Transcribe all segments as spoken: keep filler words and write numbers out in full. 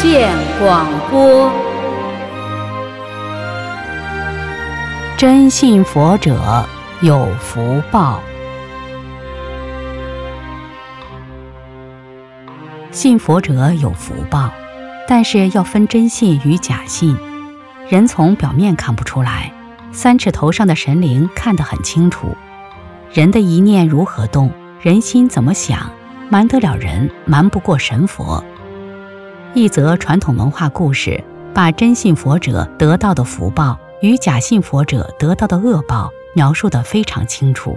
见广播。 真信佛者有福报。信佛者有福报，但是要分真信与假信。人从表面看不出来，三尺头上的神灵看得很清楚。人的一念如何动，人心怎么想，瞒得了人，瞒不过神佛。一则传统文化故事，把真信佛者得到的福报与假信佛者得到的恶报描述得非常清楚。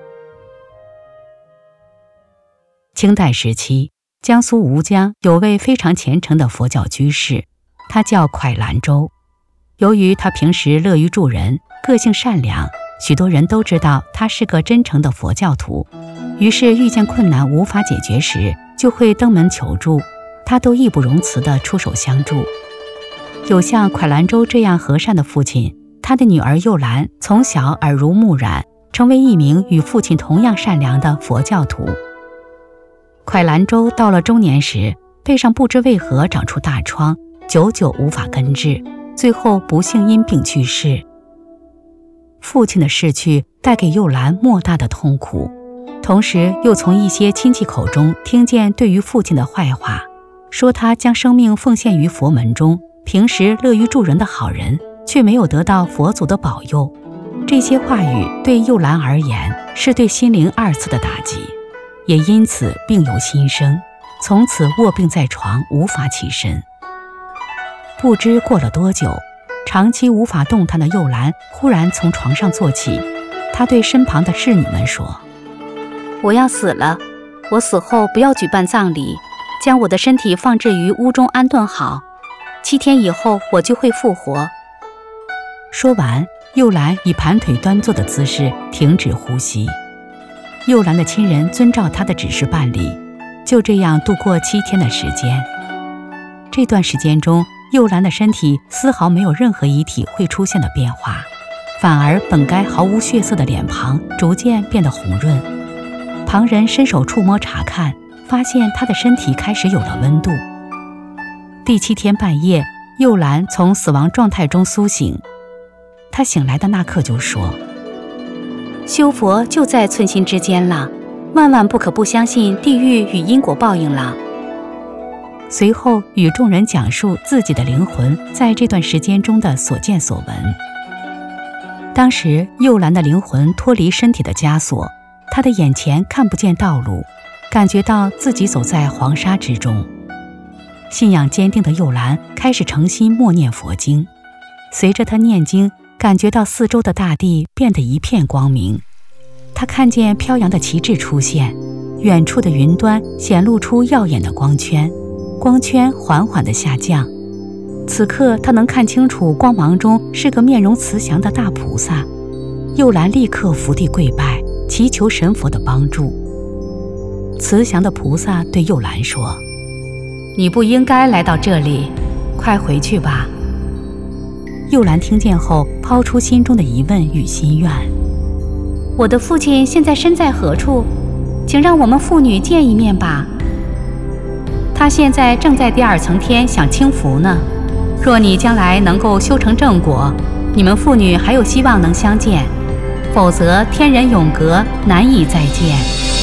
清代时期，江苏吴江有位非常虔诚的佛教居士，他叫蒯兰州。由于他平时乐于助人，个性善良，许多人都知道他是个真诚的佛教徒，于是遇见困难无法解决时，就会登门求助，他都义不容辞地出手相助。有像蒯兰州这样和善的父亲，他的女儿幼兰从小耳濡目染，成为一名与父亲同样善良的佛教徒。蒯兰州到了中年时，背上不知为何长出大疮，久久无法根治，最后不幸因病去世。父亲的逝去带给幼兰莫大的痛苦，同时又从一些亲戚口中听见对于父亲的坏话，说他将生命奉献于佛门中，平时乐于助人的好人，却没有得到佛祖的保佑。这些话语对幼兰而言是对心灵二次的打击，也因此病由心生，从此卧病在床，无法起身。不知过了多久，长期无法动弹的幼兰忽然从床上坐起，她对身旁的侍女们说： 我要死了，我死后不要举办葬礼，将我的身体放置于屋中安顿好，七天以后我就会复活。 说完，幼兰以盘腿端坐的姿势停止呼吸。幼兰的亲人遵照她的指示办理，就这样度过七天的时间。这段时间中，幼兰的身体丝毫没有任何遗体会出现的变化，反而本该毫无血色的脸庞逐渐变得红润。旁人伸手触摸查看，发现她的身体开始有了温度。第七天半夜，幼兰从死亡状态中苏醒。她醒来的那刻就说： 修佛就在寸心之间了，万万不可不相信地狱与因果报应了。 随后与众人讲述自己的灵魂在这段时间中的所见所闻。当时幼兰的灵魂脱离身体的枷锁，她的眼前看不见道路，感觉到自己走在黄沙之中。信仰坚定的幼兰开始诚心默念佛经，随着她念经，感觉到四周的大地变得一片光明。她看见飘扬的旗帜出现，远处的云端显露出耀眼的光圈，光圈缓缓地下降。此刻她能看清楚光芒中是个面容慈祥的大菩萨。幼兰立刻伏地跪拜，祈求神佛的帮助。慈祥的菩萨对幼兰说： 你不应该来到这里，快回去吧。 幼兰听见后抛出心中的疑问与心愿： 我的父亲现在身在何处？请让我们父女见一面吧。他现在正在第二层天享清福呢，若你将来能够修成正果，你们父女还有希望能相见，否则天人永隔，难以再见。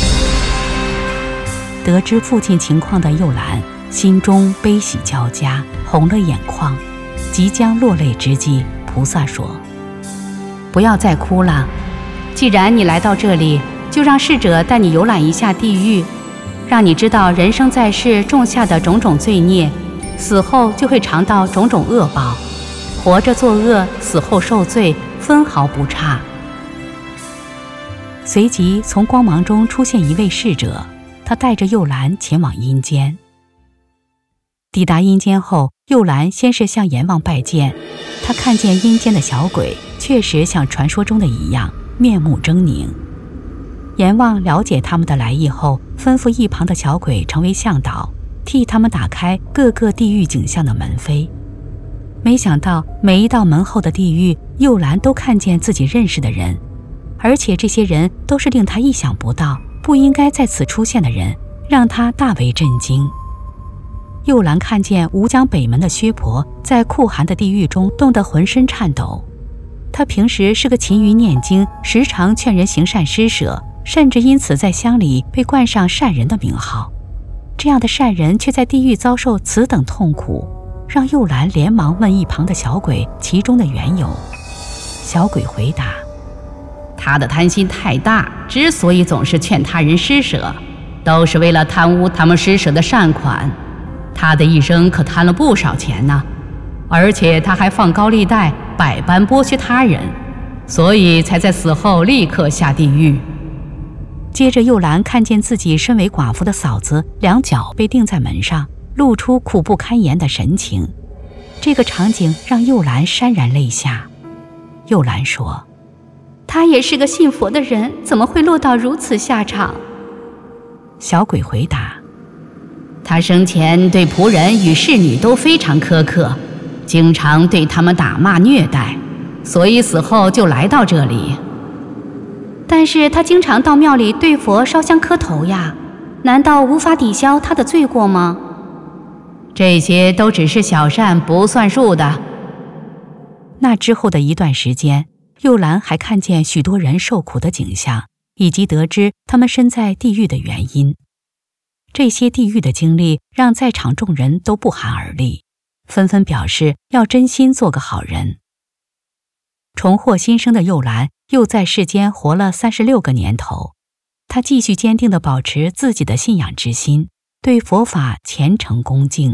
得知父亲情况的幼兰心中悲喜交加，红了眼眶。即将落泪之际，菩萨说： 不要再哭了，既然你来到这里，就让逝者带你游览一下地狱，让你知道人生在世种下的种种罪孽，死后就会尝到种种恶报，活着作恶，死后受罪，分毫不差。 随即从光芒中出现一位逝者，他带着幼兰前往阴间。抵达阴间后，幼兰先是向阎王拜见，他看见阴间的小鬼确实像传说中的一样，面目狰狞。阎王了解他们的来意后，吩咐一旁的小鬼成为向导，替他们打开各个地狱景象的门扉。没想到每一道门后的地狱，幼兰都看见自己认识的人，而且这些人都是令他意想不到，不应该在此出现的人，让他大为震惊。 幼兰看见吴江北门的薛婆在酷寒的地狱中冻得浑身颤抖。她平时是个勤于念经，时常劝人行善施舍，甚至因此在乡里被冠上善人的名号。这样的善人却在地狱遭受此等痛苦，让幼兰连忙问一旁的小鬼其中的缘由。小鬼回答： 他的贪心太大，之所以总是劝他人施舍，都是为了贪污他们施舍的善款。他的一生可贪了不少钱呢，而且他还放高利贷，百般剥削他人，所以才在死后立刻下地狱。 接着幼兰看见自己身为寡妇的嫂子两脚被钉在门上，露出苦不堪言的神情。这个场景让幼兰潸然泪下。幼兰说： 他也是个信佛的人，怎么会落到如此下场？ 小鬼回答： 他生前对仆人与侍女都非常苛刻，经常对他们打骂虐待，所以死后就来到这里。但是他经常到庙里对佛烧香磕头呀，难道无法抵消他的罪过吗？这些都只是小善，不算数的。 那之后的一段时间，幼兰还看见许多人受苦的景象，以及得知他们身在地狱的原因。这些地狱的经历让在场众人都不寒而栗，纷纷表示要真心做个好人。重获新生的幼兰又在世间活了三十六个年头，她继续坚定地保持自己的信仰之心，对佛法虔诚恭敬。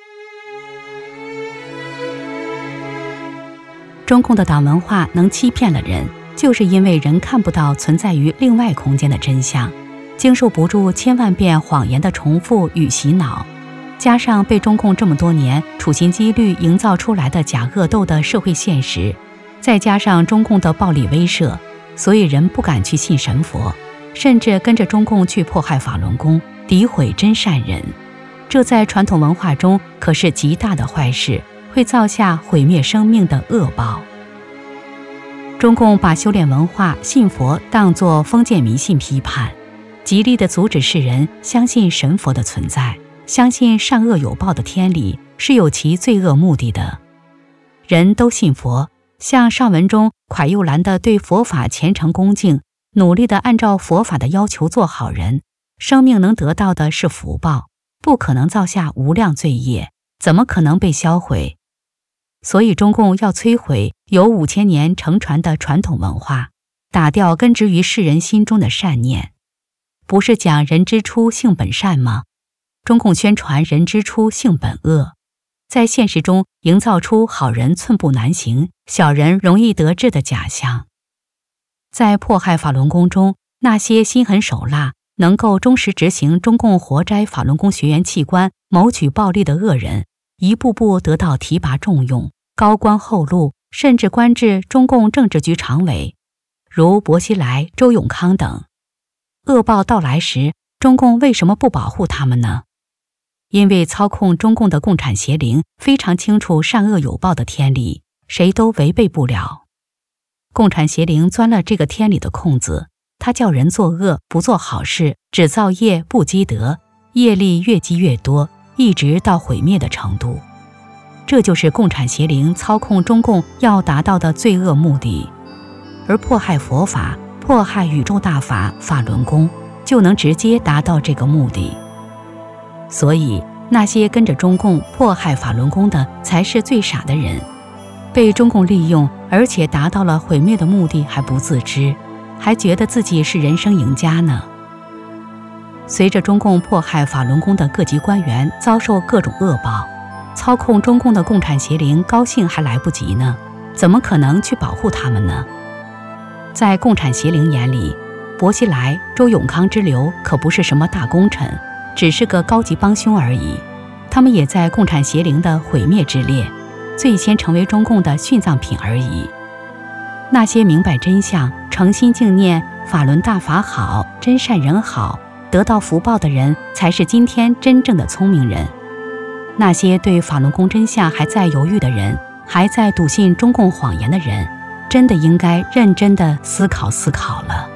中共的党文化能欺骗了人，就是因为人看不到存在于另外空间的真相，经受不住千万遍谎言的重复与洗脑，加上被中共这么多年处心积虑营造出来的假恶斗的社会现实，再加上中共的暴力威慑，所以人不敢去信神佛，甚至跟着中共去迫害法轮功，诋毁真善人。这在传统文化中可是极大的坏事，会造下毁灭生命的恶报。中共把修炼文化、信佛当作封建迷信批判，极力地阻止世人相信神佛的存在，相信善恶有报的天理，是有其罪恶目的的。人都信佛，像上文中蒯幼兰的对佛法虔诚恭敬，努力地按照佛法的要求做好人，生命能得到的是福报，不可能造下无量罪业，怎么可能被销毁？所以中共要摧毁有五千年承传的传统文化，打掉根植于世人心中的善念。不是讲人之初性本善吗？中共宣传人之初性本恶，在现实中营造出好人寸步难行，小人容易得志的假象。在迫害法轮功中，那些心狠手辣，能够忠实执行中共活摘法轮功学员器官、谋取暴利的恶人，一步步得到提拔重用，高官厚禄，甚至官至中共政治局常委，如薄熙来、周永康等。恶报到来时，中共为什么不保护他们呢？因为操控中共的共产邪灵非常清楚善恶有报的天理，谁都违背不了。共产邪灵钻了这个天理的空子，他叫人作恶，不做好事，只造业不积德，业力越积越多，一直到毁灭的程度。这就是共产邪灵操控中共要达到的罪恶目的。而迫害佛法、迫害宇宙大法法轮功，就能直接达到这个目的。所以那些跟着中共迫害法轮功的才是最傻的人，被中共利用，而且达到了毁灭的目的还不自知，还觉得自己是人生赢家呢。随着中共迫害法轮功的各级官员遭受各种恶报，操控中共的共产邪灵高兴还来不及呢，怎么可能去保护他们呢？在共产邪灵眼里，薄熙来、周永康之流可不是什么大功臣，只是个高级帮凶而已。他们也在共产邪灵的毁灭之列，最先成为中共的殉葬品而已。那些明白真相、诚心敬念法轮大法好、真善人好、得到福报的人，才是今天真正的聪明人。那些对法轮功真相还在犹豫的人，还在笃信中共谎言的人，真的应该认真地思考思考了。